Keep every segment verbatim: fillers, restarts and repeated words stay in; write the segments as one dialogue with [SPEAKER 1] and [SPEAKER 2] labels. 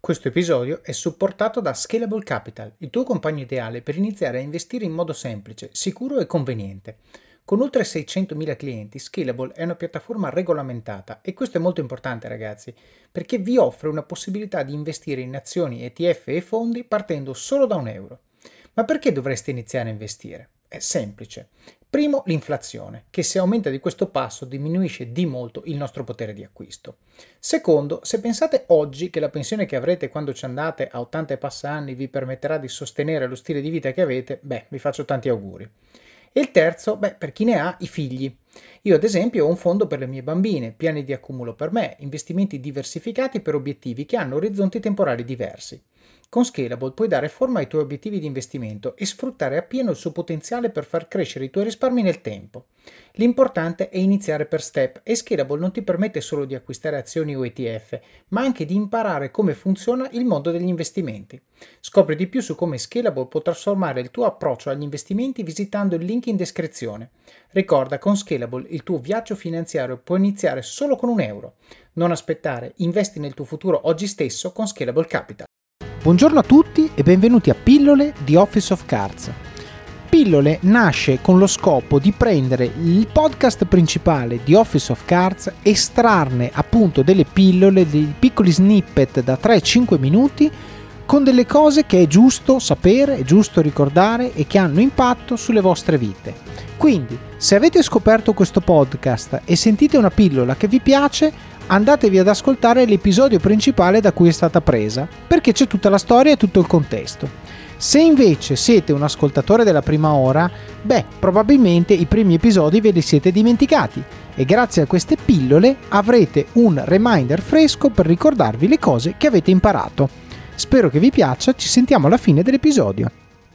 [SPEAKER 1] Questo episodio è supportato da Scalable Capital, il tuo compagno ideale per iniziare a investire in modo semplice, sicuro e conveniente. Con oltre seicentomila clienti, Scalable è una piattaforma regolamentata e questo è molto importante, ragazzi, perché vi offre una possibilità di investire in azioni, E T F e fondi partendo solo da un euro. Ma perché dovreste iniziare a investire? È semplice. Primo, l'inflazione, che se aumenta di questo passo diminuisce di molto il nostro potere di acquisto. Secondo, se pensate oggi che la pensione che avrete quando ci andate a ottanta e passa anni vi permetterà di sostenere lo stile di vita che avete, beh, vi faccio tanti auguri. E il terzo, beh, per chi ne ha, i figli. Io ad esempio ho un fondo per le mie bambine, piani di accumulo per me, investimenti diversificati per obiettivi che hanno orizzonti temporali diversi. Con Scalable puoi dare forma ai tuoi obiettivi di investimento e sfruttare appieno il suo potenziale per far crescere i tuoi risparmi nel tempo. L'importante è iniziare per step e Scalable non ti permette solo di acquistare azioni o E T F, ma anche di imparare come funziona il mondo degli investimenti. Scopri di più su come Scalable può trasformare il tuo approccio agli investimenti visitando il link in descrizione. Ricorda, con Scalable il tuo viaggio finanziario può iniziare solo con un euro. Non aspettare, investi nel tuo futuro oggi stesso con Scalable Capital.
[SPEAKER 2] Buongiorno a tutti e benvenuti a Pillole di Office of Cards. Pillole nasce con lo scopo di prendere il podcast principale di Office of Cards, estrarne appunto delle pillole, dei piccoli snippet da tre cinque minuti con delle cose che è giusto sapere, è giusto ricordare e che hanno impatto sulle vostre vite. Quindi, se avete scoperto questo podcast e sentite una pillola che vi piace, andatevi ad ascoltare l'episodio principale da cui è stata presa, perché c'è tutta la storia e tutto il contesto. Se invece siete un ascoltatore della prima ora, beh, probabilmente i primi episodi ve li siete dimenticati e grazie a queste pillole avrete un reminder fresco per ricordarvi le cose che avete imparato. Spero che vi piaccia, ci sentiamo alla fine dell'episodio.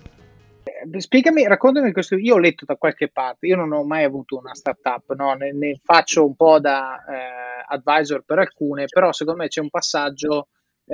[SPEAKER 3] Spiegami, raccontami questo. Io ho letto da qualche parte, io non ho mai avuto una startup, no? ne, ne faccio un po' da eh, advisor per alcune, però secondo me c'è un passaggio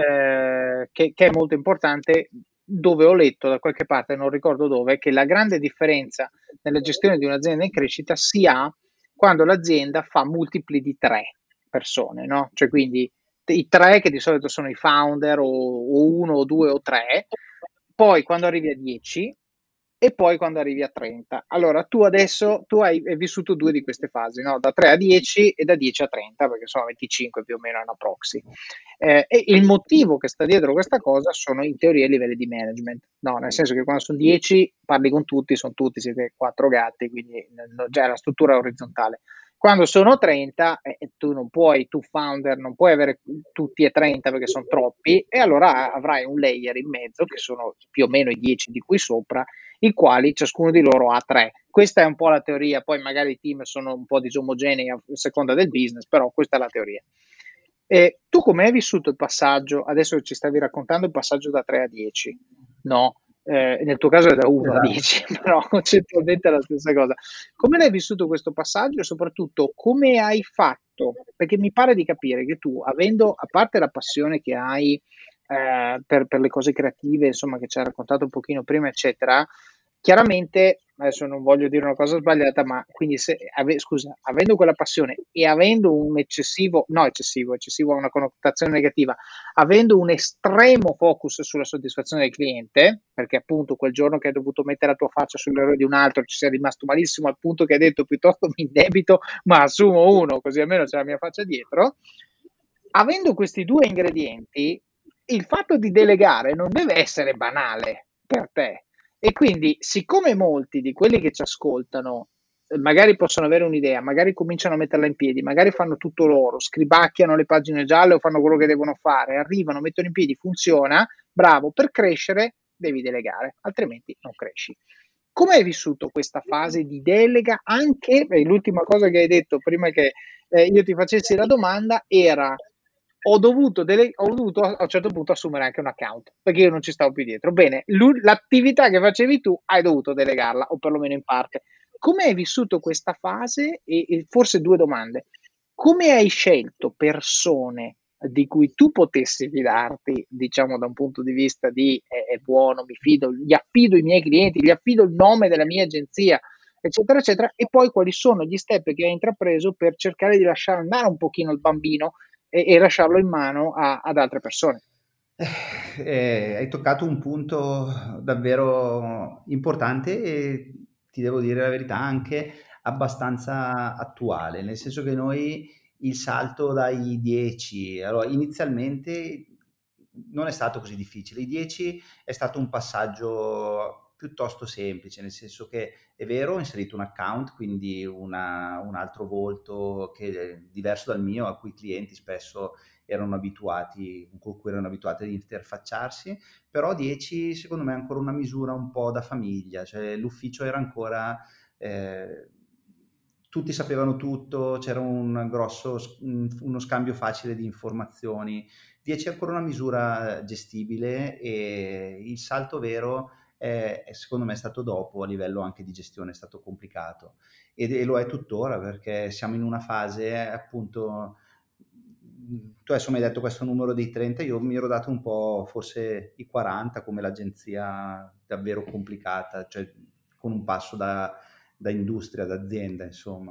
[SPEAKER 3] eh, che, che è molto importante, dove ho letto da qualche parte, non ricordo dove, che la grande differenza nella gestione di un'azienda in crescita si ha quando l'azienda fa multipli di tre persone, no? Cioè quindi i tre che di solito sono i founder o, o uno o due o tre, poi quando arrivi a dieci e poi quando arrivi a trenta. Allora tu adesso tu hai, hai vissuto due di queste fasi, no? Da tre a dieci e da dieci a trenta, perché sono venticinque più o meno, è una proxy. Eh, e il motivo che sta dietro questa cosa sono in teoria i livelli di management, no? Nel senso che quando sono dieci parli con tutti, sono tutti, siete quattro gatti, quindi no, già la struttura è orizzontale. Quando sono trenta, eh, tu non puoi, tu founder, non puoi avere tutti e trenta perché sono troppi, e allora avrai un layer in mezzo, che sono più o meno i dieci di qui sopra, i quali ciascuno di loro ha tre. Questa è un po' la teoria, poi magari i team sono un po' disomogenei a seconda del business, però questa è la teoria. E tu come hai vissuto il passaggio, adesso ci stavi raccontando il passaggio da tre a dieci, no? Eh, nel tuo caso è da uno a dieci, però concettualmente è la stessa cosa. Come l'hai vissuto questo passaggio e soprattutto come hai fatto? Perché mi pare di capire che tu, avendo, a parte la passione che hai eh, per, per le cose creative, insomma, che ci hai raccontato un pochino prima, eccetera, chiaramente, adesso non voglio dire una cosa sbagliata, ma quindi se, ave, scusa, avendo quella passione e avendo un eccessivo, no eccessivo, eccessivo ha una connotazione negativa, avendo un estremo focus sulla soddisfazione del cliente, perché appunto quel giorno che hai dovuto mettere la tua faccia sull'errore di un altro ci sei rimasto malissimo al punto che hai detto piuttosto mi indebito ma assumo uno, così almeno c'è la mia faccia dietro. Avendo questi due ingredienti, il fatto di delegare non deve essere banale per te. E quindi, siccome molti di quelli che ci ascoltano magari possono avere un'idea, magari cominciano a metterla in piedi, magari fanno tutto loro, scribacchiano le pagine gialle o fanno quello che devono fare, arrivano, mettono in piedi, funziona, bravo, per crescere devi delegare, altrimenti non cresci. Come hai vissuto questa fase di delega? Anche, beh, l'ultima cosa che hai detto prima che eh, io ti facessi la domanda era: ho dovuto, dele- ho dovuto a un certo punto assumere anche un account perché io non ci stavo più dietro. Bene, l'attività che facevi tu hai dovuto delegarla, o perlomeno in parte. Come hai vissuto questa fase? E, e forse due domande: come hai scelto persone di cui tu potessi fidarti, diciamo da un punto di vista di è, è buono, mi fido, gli affido i miei clienti, gli affido il nome della mia agenzia, eccetera, eccetera, e poi quali sono gli step che hai intrapreso per cercare di lasciare andare un pochino il bambino e, e lasciarlo in mano a, ad altre persone?
[SPEAKER 4] Eh, eh, hai toccato un punto davvero importante e ti devo dire la verità anche abbastanza attuale, nel senso che noi il salto dai dieci, allora inizialmente non è stato così difficile, i dieci è stato un passaggio piuttosto semplice, nel senso che è vero, ho inserito un account, quindi una, un altro volto che è diverso dal mio, a cui i clienti spesso erano abituati, con cui erano abituati ad interfacciarsi, però dieci secondo me è ancora una misura un po' da famiglia, cioè l'ufficio era ancora, eh, tutti sapevano tutto, c'era un grosso, uno scambio facile di informazioni, dieci è ancora una misura gestibile e il salto vero è, è secondo me è stato dopo, a livello anche di gestione è stato complicato ed, e lo è tuttora perché siamo in una fase appunto. Tu adesso mi hai detto questo numero dei trenta, io mi ero dato un po' forse i quaranta come l'agenzia davvero complicata, cioè con un passo da, da industria, da azienda, insomma.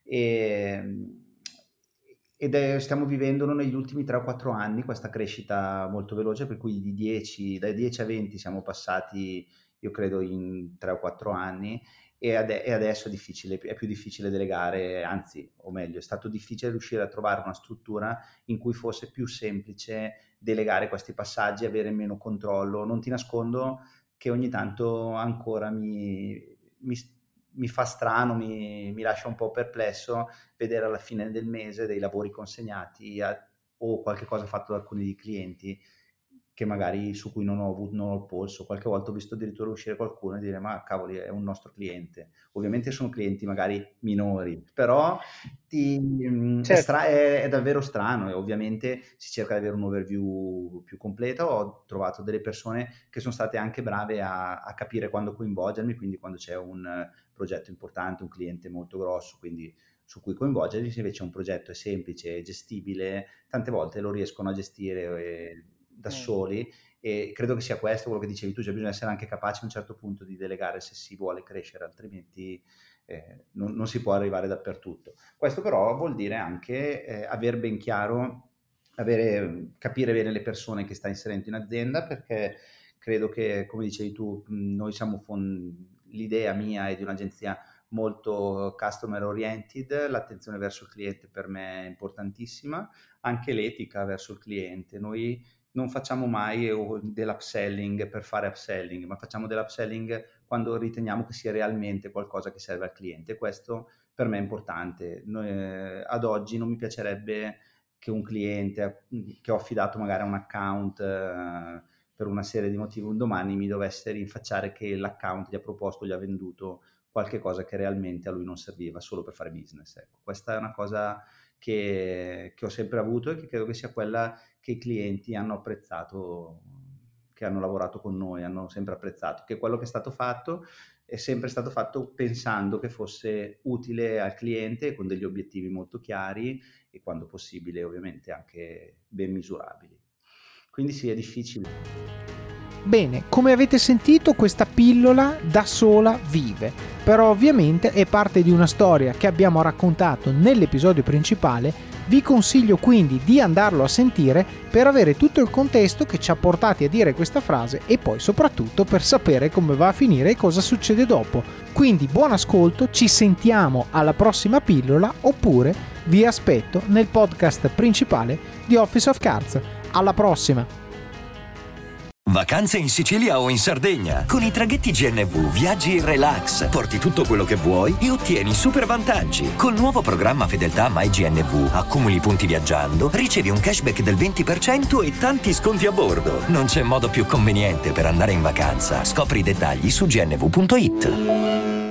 [SPEAKER 4] E, ed è, stiamo vivendo negli ultimi tre o quattro anni questa crescita molto veloce, per cui di dieci, dai dieci a venti siamo passati, io credo, in tre o quattro anni. E, ade- e adesso è difficile, è più difficile delegare, anzi, o meglio, è stato difficile riuscire a trovare una struttura in cui fosse più semplice delegare questi passaggi, avere meno controllo. Non ti nascondo che ogni tanto ancora mi, mi, mi fa strano, mi, mi lascia un po' perplesso vedere alla fine del mese dei lavori consegnati a, o qualche cosa fatto da alcuni dei clienti che magari su cui non ho avuto non ho il polso. Qualche volta ho visto addirittura uscire qualcuno e dire ma cavoli, è un nostro cliente. Ovviamente sono clienti magari minori, però ti, certo. è, stra- è, è davvero strano e ovviamente si cerca di avere un overview più completo. Ho trovato delle persone che sono state anche brave a, a capire quando coinvolgermi, quindi quando c'è un progetto importante, un cliente molto grosso, quindi su cui coinvolgerli, se invece un progetto è semplice, è gestibile, tante volte lo riescono a gestire e, da soli, e credo che sia questo quello che dicevi tu, cioè bisogna essere anche capaci a un certo punto di delegare se si vuole crescere, altrimenti eh, non, non si può arrivare dappertutto. Questo però vuol dire anche eh, aver ben chiaro, avere, capire bene le persone che sta inserendo in azienda, perché credo che, come dicevi tu, noi siamo fon- l'idea mia è di un'agenzia molto customer oriented, l'attenzione verso il cliente per me è importantissima, anche l'etica verso il cliente. Noi non facciamo mai dell'upselling per fare upselling, ma facciamo dell'upselling quando riteniamo che sia realmente qualcosa che serve al cliente. Questo per me è importante. Noi, eh, ad oggi non mi piacerebbe che un cliente che ho affidato magari a un account eh, per una serie di motivi, un domani mi dovesse rinfacciare che l'account gli ha proposto, gli ha venduto qualche cosa che realmente a lui non serviva solo per fare business. Ecco, questa è una cosa che, che ho sempre avuto e che credo che sia quella che i clienti hanno apprezzato, che hanno lavorato con noi, hanno sempre apprezzato, che quello che è stato fatto è sempre stato fatto pensando che fosse utile al cliente, con degli obiettivi molto chiari e quando possibile ovviamente anche ben misurabili. Quindi sì, è difficile.
[SPEAKER 2] Bene, come avete sentito, questa pillola da sola vive, però ovviamente è parte di una storia che abbiamo raccontato nell'episodio principale. Vi consiglio quindi di andarlo a sentire per avere tutto il contesto che ci ha portati a dire questa frase e poi soprattutto per sapere come va a finire e cosa succede dopo. Quindi buon ascolto, ci sentiamo alla prossima pillola oppure vi aspetto nel podcast principale di Office of Cards. Alla prossima!
[SPEAKER 5] Vacanze in Sicilia o in Sardegna. Con i traghetti G N V viaggi in relax, porti tutto quello che vuoi e ottieni super vantaggi. Col nuovo programma Fedeltà MyGNV accumuli punti viaggiando, ricevi un cashback del venti per cento e tanti sconti a bordo. Non c'è modo più conveniente per andare in vacanza. Scopri i dettagli su gnv punto it.